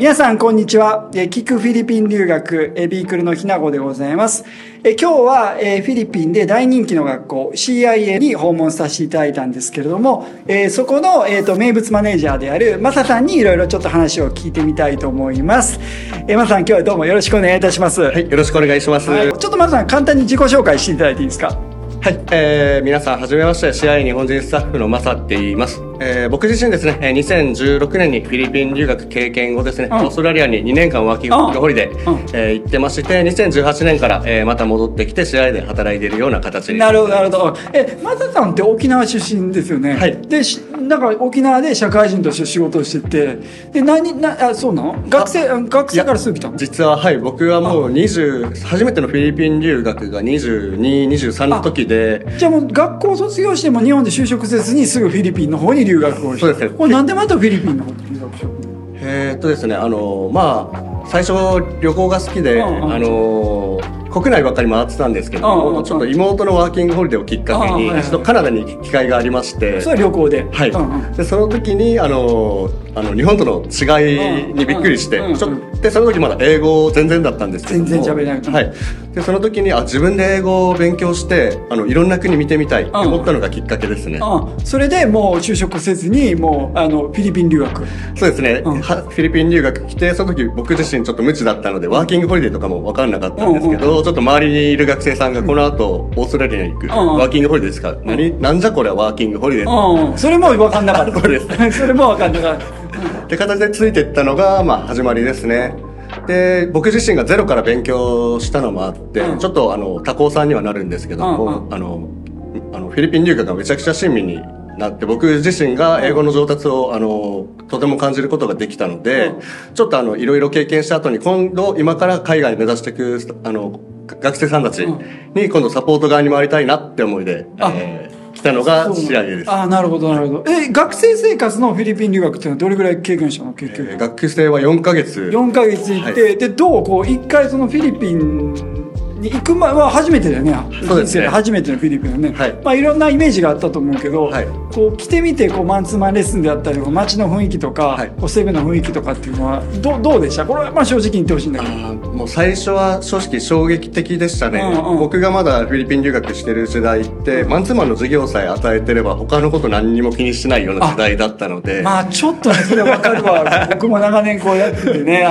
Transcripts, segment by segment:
皆さんこんにちは。聞くフィリピン留学ビークルのひなごでございます。今日はフィリピンで大人気の学校 CIA に訪問させていただいたんですけれども、そこの名物マネージャーであるマサさんにいろいろちょっと話を聞いてみたいと思います。マサさん、今日はどうもよろしくお願いいたします。 はい、よろしくお願いします。 はい、ちょっとマサさん、簡単に自己紹介していただいていいですか？ はい、皆さんはじめまして、CIA 日本人スタッフのマサって言います。僕自身ですね、2016年にフィリピン留学経験後ですね、オーストラリアに2年間ワーキングホリデー、行ってまして、2018年から、また戻ってきて CIA で働いているような形に。 なるほどなるほど。マサさんって沖縄出身ですよね。 はい。 で、なんか沖縄で社会人として仕事をしてて、でそうなの？学生からすぐ来たの？ 実ははい、僕はもう初めてのフィリピン留学が22、23の時で。 じゃあもう学校卒業しても日本で就職せずにすぐフィリピンの方に留学をして。 そうですね。 これなんでまたフィリピンの方に留学しよう？ ですね、最初旅行が好きで、国内ばっかり回ってたんですけど、ちょっと妹のワーキングホリデーをきっかけに一度カナダに行く機会がありまして、 それは旅行で、 はい、でその時に日本との違いにびっくりして、でその時まだ英語全然だったんですけども、 全然喋れない、 はい、でその時に自分で英語を勉強していろんな国見てみたいと思ったのがきっかけですね。 それでもう就職せずにもうフィリピン留学。 そうですね、フィリピン留学来て、その時僕自身ちょっと無知だったのでワーキングホリデーとかも分からなかったんですけど、ちょっと周りにいる学生さんがこの後オーストラリアに行く、ワーキングホリデーですか、なんじゃこれはワーキングホリデー、 それも分かんなかったそうですそれも分かんなかったって形でついていったのが、始まりですね。で、僕自身がゼロから勉強したのもあって、ちょっと多校さんにはなるんですけども、フィリピン留学がめちゃくちゃ親身になって、僕自身が英語の上達をとても感じることができたので、ちょっといろいろ経験した後に今から海外目指していく学生さんたちに今度サポート側に回りたいなって思いで、来たのが CIA です。 なるほどなるほど。学生生活のフィリピン留学っていうのはどれぐらい経験したの結局？ 学生は4ヶ月行って、で一回そのフィリピンに行く前は初めてだよね。 そうですね、 初めてのフィリピンはね、いろんなイメージがあったと思うけど、来てみてマンツーマンレッスンであったりとか街の雰囲気とか、セブンの雰囲気とかっていうのはどうでした？これは正直に言ってほしいんだけど。 もう最初は正直衝撃的でしたね。僕がまだフィリピン留学してる時代ってマンツーマンの授業さえ与えてれば他のこと何にも気にしないような時代だったので、 ちょっとねそれは分かるわ僕も長年やっててね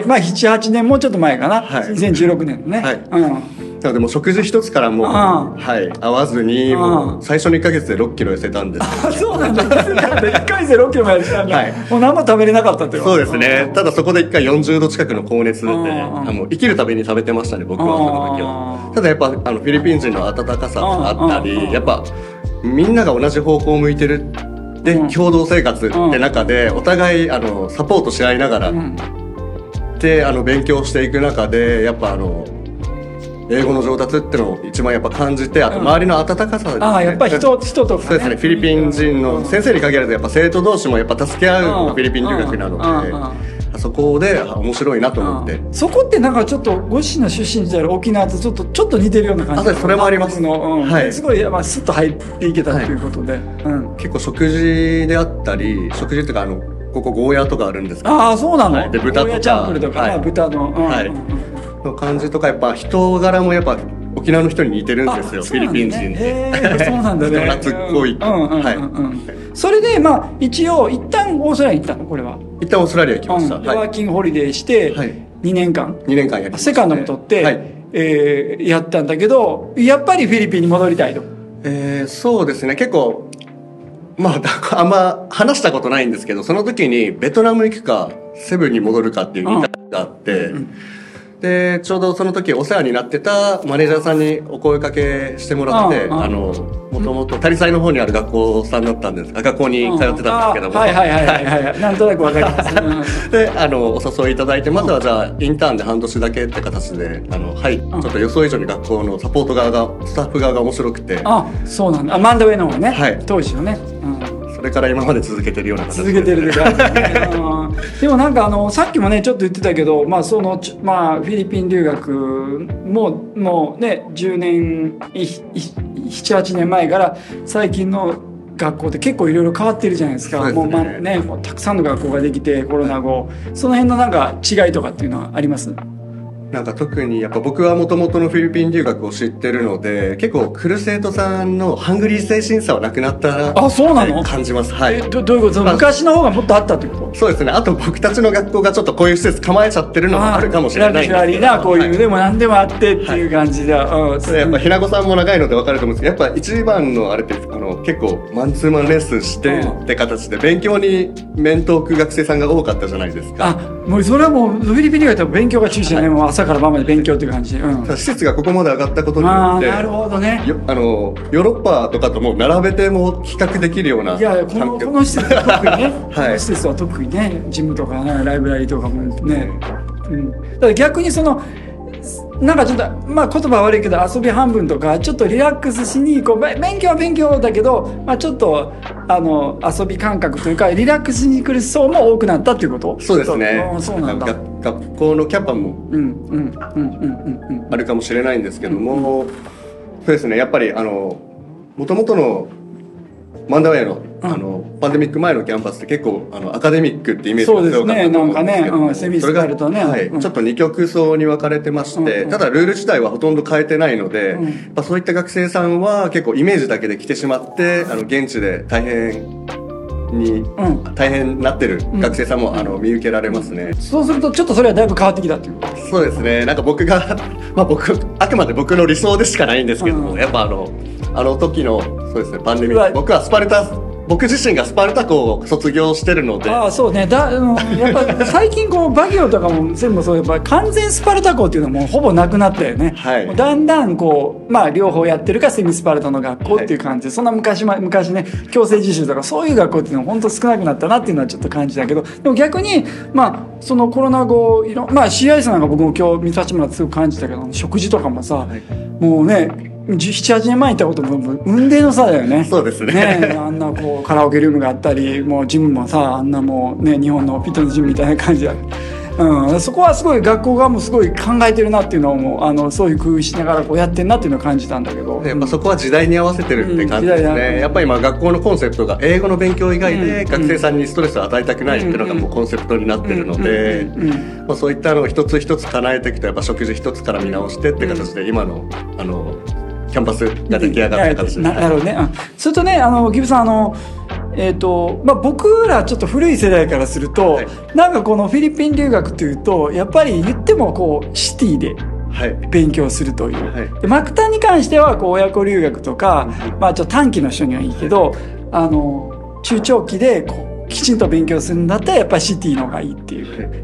7,8 年もうちょっと前かな、2016年のね、 なのでもう食事一つからもう、合わずにもう最初の1ヶ月で6キロ痩せたんですそうなんだ1ヶ月で6キロも痩せたんだ、もう何も食べれなかったってこと？ そうですね、ただそこで1回40度近くの高熱で、生きるために食べてましたね僕はその時は。ただやっぱフィリピン人の温かさがあったり、やっぱみんなが同じ方向を向いてるで、共同生活って中でお互いサポートし合いながら、で勉強していく中でやっぱ英語の上達ってのを一番やっぱ感じて、あと周りの温かさですね。 やっぱり人とかね。 そうですね、フィリピン人の先生に限らずやっぱ生徒同士もやっぱ助け合うのがフィリピン留学なので、そこで面白いなと思って。 そこってなんかちょっとご自身の出身地である沖縄とちょっと似てるような感じ。 それもあります。すごいスッと入っていけたということで、 結構食事であったり、食事っていうかここゴーヤとかあるんですけど。 そうなの？ で豚とか。ゴーヤチャンプルとか豚の。 の感じとかやっぱ人柄もやっぱ沖縄の人に似てるんですよ、フィリピン人で。 そうなんだね。 人懐っこい。 それで一応一旦オーストラリアに行ったの？これは一旦オーストラリア行きました。 ワーキングホリデーして2年間やりました。 セカンドも取ってやったんだけど、やっぱりフィリピンに戻りたいと。 そうですね、結構あんま話したことないんですけど、その時にベトナム行くかセブンに戻るかっていう議題があって、でちょうどその時お世話になってたマネージャーさんにお声かけしてもらって、もともとタリサイの方にある学校さんだったんです、学校に通ってたんですけども、 なんとなくわかります。 でお誘いいただいて、まずはじゃあインターンで半年だけって形でちょっと予想以上に学校のサポート側がスタッフ側が面白くて、 そうなんだ。マンダウェイの方ね、当時のね、 それから今まで続けてるような形続けてるででもなんかさっきもねちょっと言ってたけど、フィリピン留学もうね10年7、8年前から最近の学校って結構いろいろ変わってるじゃないですか。 そうですね。 もうもうたくさんの学校ができてコロナ後、その辺のなんか違いとかっていうのはあります？ なんか特にやっぱ僕はもともとのフィリピン留学を知ってるので、結構来る生徒さんのハングリー精神さはなくなったなって感じます。はい。 どういうこと？昔の方がもっとあったってこと？ そうですね。あと僕たちの学校がちょっとこういう施設構えちゃってるのもあるかもしれないんですけど。 ラグジュアリーなこういう、でも何でもあってっていう感じで。やっぱひなこさんも長いので分かると思うんですけど、やっぱ一番のあれって結構マンツーマンレッスンしてって形で勉強に面と置く学生さんが多かったじゃないですか。 もうそれはもうフィリピン留学って勉強が中心だね。もう朝から晩まで勉強っていう感じ。 施設がここまで上がったことによって、 なるほどね。 ヨーロッパとかとも並べても比較できるような。 いや、この施設は特にね、この施設は特にね、ジムとかね、ライブラリーとかもね、だから逆になんかちょっと、言葉悪いけど遊び半分とか、ちょっとリラックスしに、勉強は勉強だけど、ちょっと、遊び感覚というか、リラックスに来る層も多くなったっていうこと？ そうですね。 そうなんだ。 学校のキャパも、あるかもしれないんですけども、そうですね、やっぱり、もともとの、マンダウェイの、パンデミック前のキャンパスって結構アカデミックってイメージが強かったと思うんですけど、 セミスカルとね、 ちょっと二極層に分かれてまして、ただルール自体はほとんど変えてないので、そういった学生さんは結構イメージだけで来てしまって、現地で大変になってる学生さんも見受けられますね。 そうするとちょっとそれはだいぶ変わってきたっていう。 そうですね。なんか僕があくまで僕の理想でしかないんですけども、やっぱ時のそうですね、パンデミック、僕自身がスパルタ校を卒業してるので。 そうね。やっぱ最近バギオとかも全部そう、やっぱ完全スパルタ校っていうのはもうほぼなくなったよね。 はい。 もうだんだん両方やってるかセミスパルタの学校っていう感じで、そんな昔ね、強制自習とかそういう学校っていうのは本当少なくなったなっていうのはちょっと感じだけど、でも逆に、そのコロナ後、CI さんなんか僕も今日見させてもらってすごく感じたけど、食事とかもさ、もうね、7、8年前に行ったことも雲泥の差だよね。 そうですね。 あんなカラオケルームがあったり、もうジムもさ、あんなもうね、日本のフィットネスジムみたいな感じだ。そこはすごい学校側もすごい考えてるなっていうのをそういう工夫しながらやってんなっていうのを感じたんだけど、 やっぱそこは時代に合わせてるって感じですね。やっぱり今学校のコンセプトが英語の勉強以外で学生さんにストレスを与えたくないっていうのがもうコンセプトになってるので、そういったのを一つ一つ叶えていくと、やっぱ食事一つから見直してって形で今のキャンパスが出来上がった形です。 なるほどね。それとね、ギブさん、僕らちょっと古い世代からすると、なんかこのフィリピン留学というと、やっぱり言ってもシティで勉強するという。でマクタンに関しては親子留学とか、ちょっと短期の人にはいいけど、中長期できちんと勉強するんだったらやっぱりシティの方がいいっていう。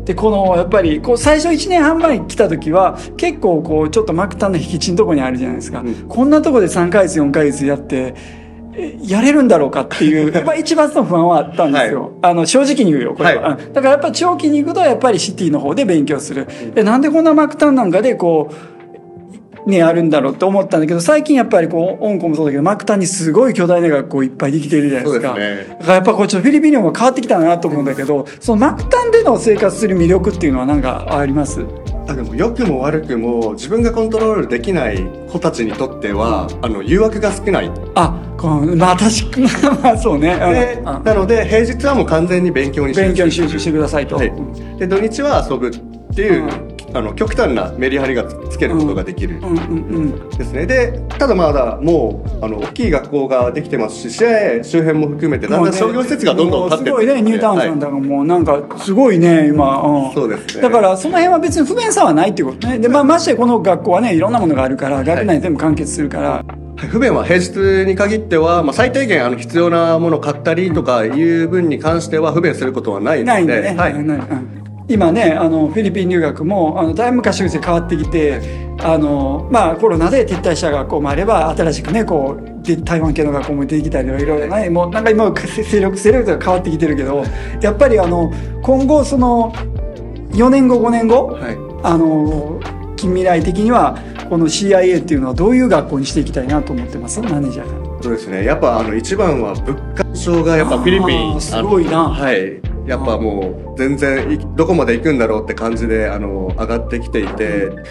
で、やっぱり最初1年半前に来た時は結構ちょっとマクタンの僻地のとこにあるじゃないですか。こんなとこで3ヶ月4ヶ月やってやれるんだろうかっていうやっぱり一番の不安はあったんですよ。正直に言うよこれは。だからやっぱり長期に行くとやっぱりシティの方で勉強する。で、なんでこんなマクタンなんかであるんだろうって思ったんだけど、最近やっぱり香港もそうだけど、マクタンにすごい巨大な学校いっぱいできてるじゃないですか。 そうですね。 だからやっぱちょっとフィリピンにも変わってきたなと思うんだけど、そのマクタンでの生活する魅力っていうのは何かあります？ でも良くも悪くも自分がコントロールできない子たちにとっては、誘惑が少ない。 確かにそうね。 なので平日はもう完全に勉強に集中してくださいと。 で土日は遊ぶっていう。極端なメリハリがつけることができるですね。で、ただまだもう大きい学校ができてますし、市営周辺も含めてだんだん商業施設がどんどん建ってる。 すごいね、ニュータウンさんだからもうなんかすごいね今。 そうですね。 だからその辺は別に不便さはないっていうことね。で、ましてこの学校はねいろんなものがあるから学内全部完結するから。 不便は平日に限っては、最低限必要なものを買ったりとかいう分に関しては不便することはないので。 ないんでね。今ね、フィリピン留学も、だいぶ昔に変わってきて、コロナで撤退した学校もあれば、新しくね、台湾系の学校も出てきたりとか、いろいろね、もうなんか今、勢力が変わってきてるけど、やっぱり今後、4年後、5年後、近未来的には、この CIA っていうのはどういう学校にしていきたいなと思ってます？マネージャーが。 そうですね。やっぱ一番は物価上昇がやっぱフィリピン。 すごいな。 やっぱもう全然どこまで行くんだろうって感じで上がってきていて、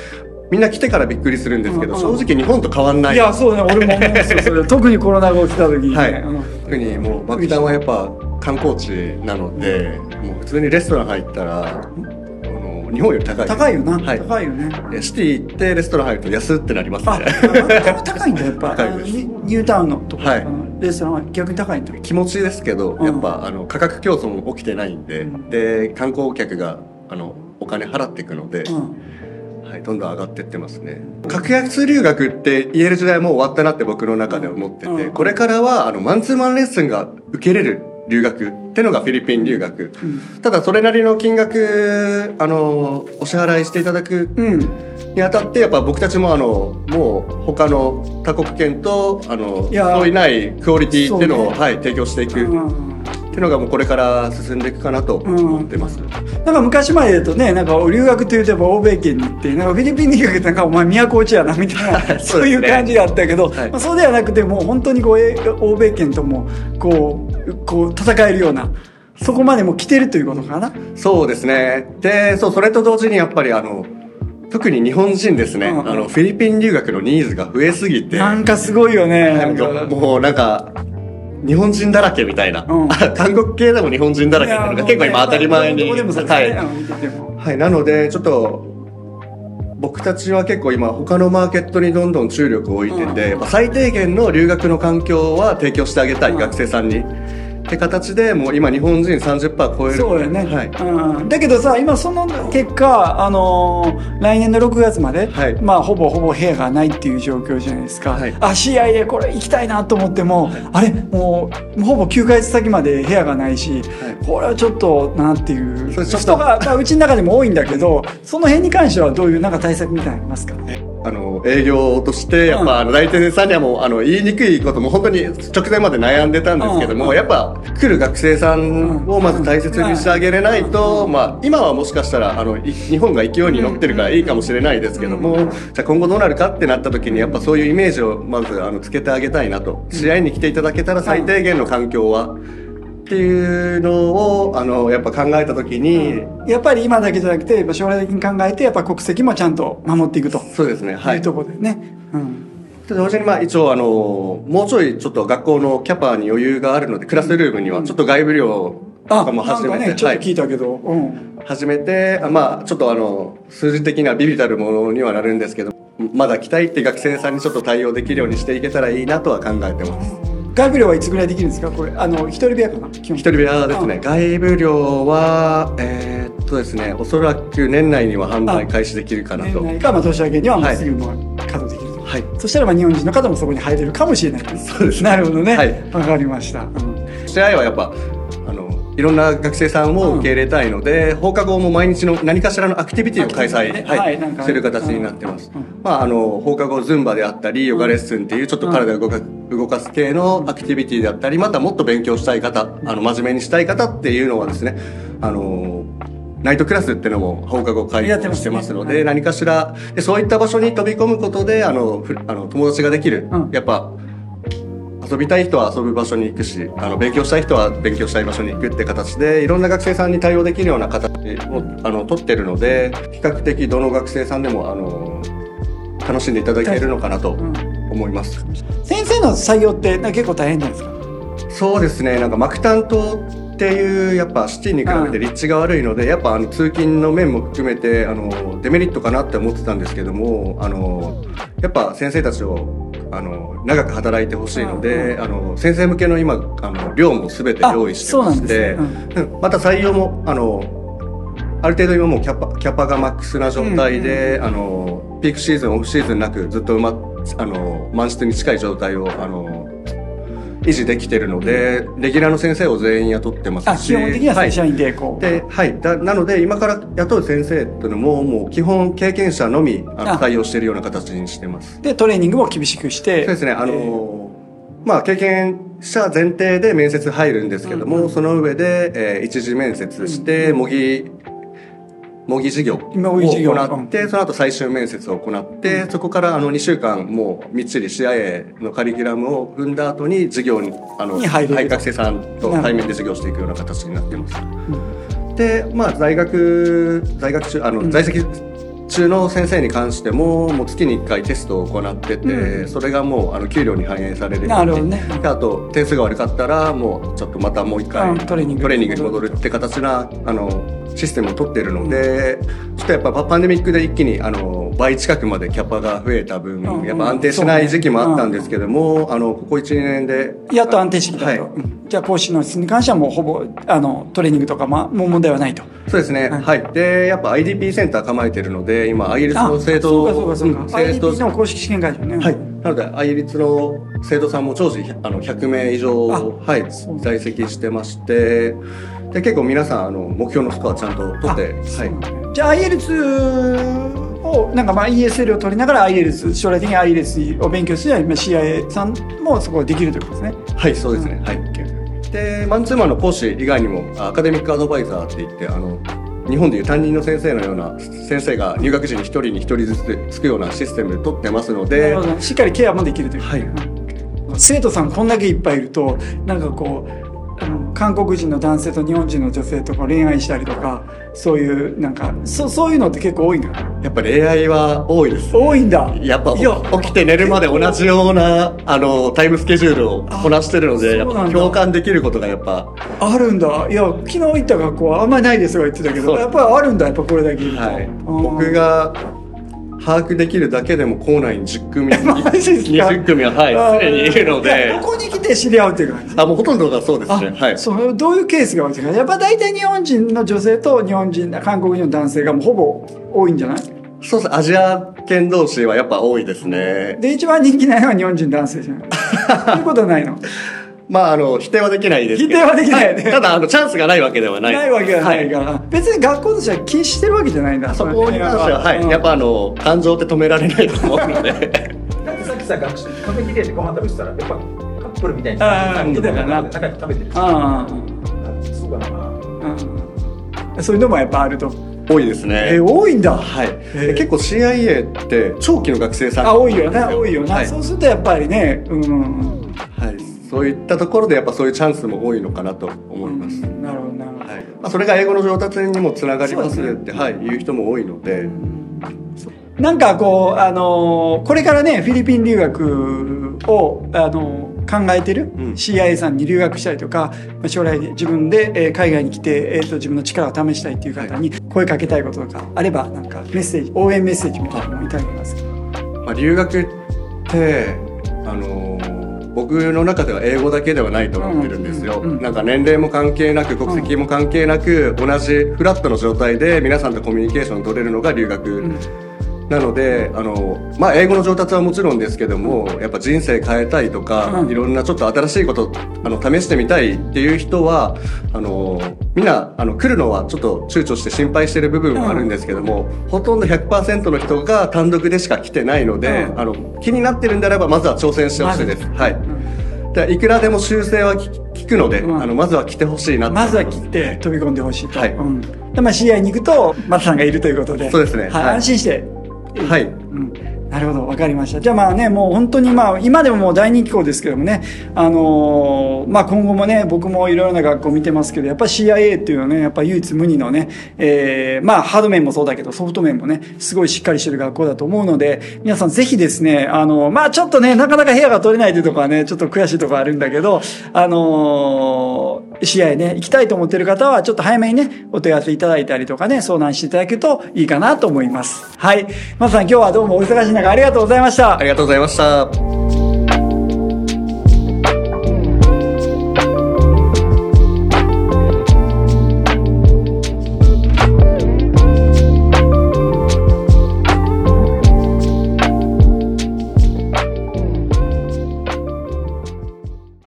みんな来てからびっくりするんですけど、正直日本と変わんない。 いや、そうね、俺も思うんですよ、それ。特にコロナが起きた時に、ね。 はい。特にもう、爆弾はやっぱ観光地なので、もう普通にレストラン入ったら、日本より高い。 高いよな。 はい、 高いよね。 シティ行ってレストラン入ると安ってなりますね。 高いんだやっぱ。 高いです。 ニュータウンのとか、 はい、 レストランは逆に高いんだ。 気持ちいいですけど、やっぱ価格競争も起きてないんで、で観光客がお金払っていくので、はい、どんどん上がってってますね。格安留学って言える時代もう終わったなって僕の中で思ってて、これからはマンツーマンレッスンが受けれる留学ってのがフィリピン留学、ただそれなりの金額お支払いしていただくにあたって、やっぱ僕たちももう他の他国圏とそういないクオリティっていうのを、はい、提供していくっていうのがもうこれから進んでいくかなと思ってます。 なんか昔まで言うとね、なんか留学というとやっぱ欧米圏に行って、なんかフィリピン留学ってなんかお前都落ちやなみたいなそういう感じがあったけど、そうではなくてもう本当に欧米圏ともこう戦えるような、そこまでも来てるということかな。 そうですね。で、それと同時にやっぱり特に日本人ですね、フィリピン留学のニーズが増えすぎて、 なんかすごいよね。 もうなんか日本人だらけみたいな、韓国系でも日本人だらけっていうのが結構今当たり前に、はい、なのでちょっと僕たちは結構今他のマーケットにどんどん注力を置いてて、最低限の留学の環境は提供してあげたい、学生さんにって形で、もう今日本人 30% 超える。 そうよね、はい、だけどさ、今その結果、来年の6月まで、はい、まあほぼ部屋がないっていう状況じゃないですか、はい、CIA これ行きたいなと思っても、はい、あれもうほぼ9ヶ月先まで部屋がないし、はい、これはちょっとなっていう人が、うちの中でも多いんだけど、その辺に関してはどういうなんか対策みたいなのありますか？ 営業としてやっぱ代理店さんにはもう言いにくいことも本当に直前まで悩んでたんですけども、やっぱ来る学生さんをまず大切にしてあげれないと、まあ今はもしかしたら日本が勢いに乗ってるからいいかもしれないですけども、じゃあ今後どうなるかってなった時にやっぱそういうイメージをまずつけてあげたいなと。試合に来ていただけたら最低限の環境はっていうのをやっぱ考えたときに、 やっぱり今だけじゃなくて将来的に考えてやっぱ国籍もちゃんと守っていくと。 そうですね、はい、 いうところでね、 同時に一応もうちょいちょっと学校のキャパに余裕があるので、クラスルームにはちょっと外部寮とかも始めて、 ちょっと聞いたけど、 始めて、ちょっと数字的にはビビたるものにはなるんですけど、まだ来たいって学生さんにちょっと対応できるようにしていけたらいいなとは考えてます。 外部寮はいつぐらいできるんですか？これ一人部屋かな？ 一人部屋ですね。外部寮はですね、おそらく年内には販売開始できるかなと。 年内か年明けにはもうすぐ稼働できると。はい。そしたら日本人の方もそこに入れるかもしれない。 そうです。 なるほどね。 はい。 わかりました。 試合はやっぱいろんな学生さんを受け入れたいので、放課後も毎日の何かしらのアクティビティを開催する形になってます。放課後ズンバであったりヨガレッスンっていうちょっと体を動かす系のアクティビティであったり、またもっと勉強したい方、真面目にしたい方っていうのはですね、ナイトクラスっていうのも放課後開放してますので、何かしらでそういった場所に飛び込むことで友達ができる、やっぱ遊びたい人は遊ぶ場所に行くし、勉強したい人は勉強したい場所に行くって形で、いろんな学生さんに対応できるような形を取ってるので、比較的どの学生さんでも楽しんでいただけるのかなと思います。 先生の採用って結構大変なんですか？ そうですね、なんかマク担当っていうやっぱシティに比べて立地が悪いので、やっぱ通勤の面も含めてデメリットかなって思ってたんですけども、やっぱ先生たちを長く働いてほしいので、先生向けの今寮も全て用意してまして、また採用もある程度今もうキャパがマックスな状態で、ピークシーズンオフシーズンなくずっと満室に近い状態を維持できてるので、レギュラーの先生を全員雇ってますし、 基本的には正社員でなので今から雇う先生っていうのももう基本経験者のみ採用しているような形にしてます。 でトレーニングも厳しくして、 そうですね、経験者前提で面接入るんですけども、その上で、一次面接して模擬授業を行って、その後最終面接を行って、そこから2週間もうみっちり CIA のカリキュラムを踏んだ後に授業に学生さんと対面で授業していくような形になってます。で、在籍中の先生に関しても、もう月に1回テストを行ってて、それがもう給料に反映されるように。 なるほどね。 あと点数が悪かったらもうちょっとまたもう1回トレーニングに戻るって形なシステムを取っているので、ちょっとやっぱパンデミックで一気に倍近くまでキャパが増えた分、やっぱ安定しない時期もあったんですけども、ここ1、2年でやっと安定してきたと。 はい、 じゃあ講師の質に関してはもうほぼトレーニングとかもう問題はないと。 そうですね。はい。で、やっぱ IDP センター構えてるので、今 IELTS の生徒、 IDP の公式試験会場ね。 はい。なので IELTS の生徒さんも常時100名以上、はい、在籍してまして、で結構皆さん目標のスコアちゃんと取って、はい。 じゃあ IELTS をなんかESL を取りながら IELTS 将来的に IELTS を勉強するには CIA さんもそこできるということですね。 はい、そうですね。はい。でマンツーマンの講師以外にもアカデミックアドバイザーって言って日本でいう担任の先生のような先生が入学時に一人ずつつくようなシステムで取ってますので、 しっかりケアもできるという。 はい。 生徒さんこんだけいっぱいいるとなんかこう韓国人の男性と日本人の女性とか恋愛したりとかそういうなんかそういうのって結構多いんだ。 やっぱ恋愛は多いです。 多いんだ。 やっぱ起きて寝るまで同じようなタイムスケジュールをこなしてるので、やっぱ共感できることがやっぱあるんだ。いや昨日行った学校はあんまりないですとか言ってたけど、やっぱりあるんだ。やっぱこれだけいると、 はい、僕が把握できるだけでも校内に10組20組ははいすでにいるので、 ここに来て知り合うっていう感じ。 もうほとんどがそうですね。はい。 そうどういうケースが多いですか。やっぱ大体日本人の女性と韓国人の男性がもうほぼ多いんじゃない。 そうです。アジア圏同士はやっぱ多いですね。 で一番人気ないのは日本人男性じゃないそういうことはないの。 否定はできないですけど。 否定はできないね。 ただチャンスがないわけではない。 ないわけがないから、はい、別に学校としては禁止してるわけじゃないんだ。 そこに関しては、はい、やっぱ感情って止められないと思うので。 だってさっきさカフェテリアでご飯食べてたらやっぱカップルみたいに見てたかな。 仲良く食べてる。そうかな。そういうのもやっぱあると。 多いですね。 多いんだ。 はい。結構 CIA って長期の学生さんが多いよな、多いよな。そうするとやっぱりね、 はい。そういったところでやっぱそういうチャンスも多いのかなと思います。 なるほどなるほど。 はい。それが英語の上達にもつながりますって、はい、言う人も多いので。 なんかこうこれからねフィリピン留学を考えてる CIA さんに留学したりとか将来自分で海外に来て自分の力を試したいっていう方に声かけたいこととかあればなんかメッセージ応援メッセージみたいなのもいただけますか。 留学って僕の中では英語だけではないと思ってるんですよ。なんか年齢も関係なく国籍も関係なく同じフラットの状態で皆さんとコミュニケーション取れるのが留学なので英語の上達はもちろんですけどもやっぱ人生変えたいとか、いろんなちょっと新しいこと試してみたいっていう人はみんな来るのはちょっと躊躇して心配してる部分はあるんですけども、ほとんど 100% の人が単独でしか来てないので、気になってるんであればまずは挑戦してほしいです。はい。でいくらでも修正は効くので、まずは来てほしいなと。 まずは来て飛び込んでほしいと。 はい。 でCI に行くと松さんがいるということで。 そうですね。 はい。安心して。 はい。 なるほど、わかりました。じゃあもう本当に今でももう大人気校ですけどもね、今後もね、僕もいろいろな学校見てますけど、やっぱり CIA っていうのはね、やっぱり唯一無二のね、ハード面もそうだけどソフト面もね、すごいしっかりしてる学校だと思うので、皆さんぜひですね、ちょっとね、なかなか部屋が取れないというところはね、ちょっと悔しいところあるんだけど、CIA ね、行きたいと思っている方は、ちょっと早めにね、お問い合わせいただいたりとかね、相談していただけるといいかなと思います。はい。松さん、今日はどうもお忙しい中ありがとうございました。 ありがとうございました。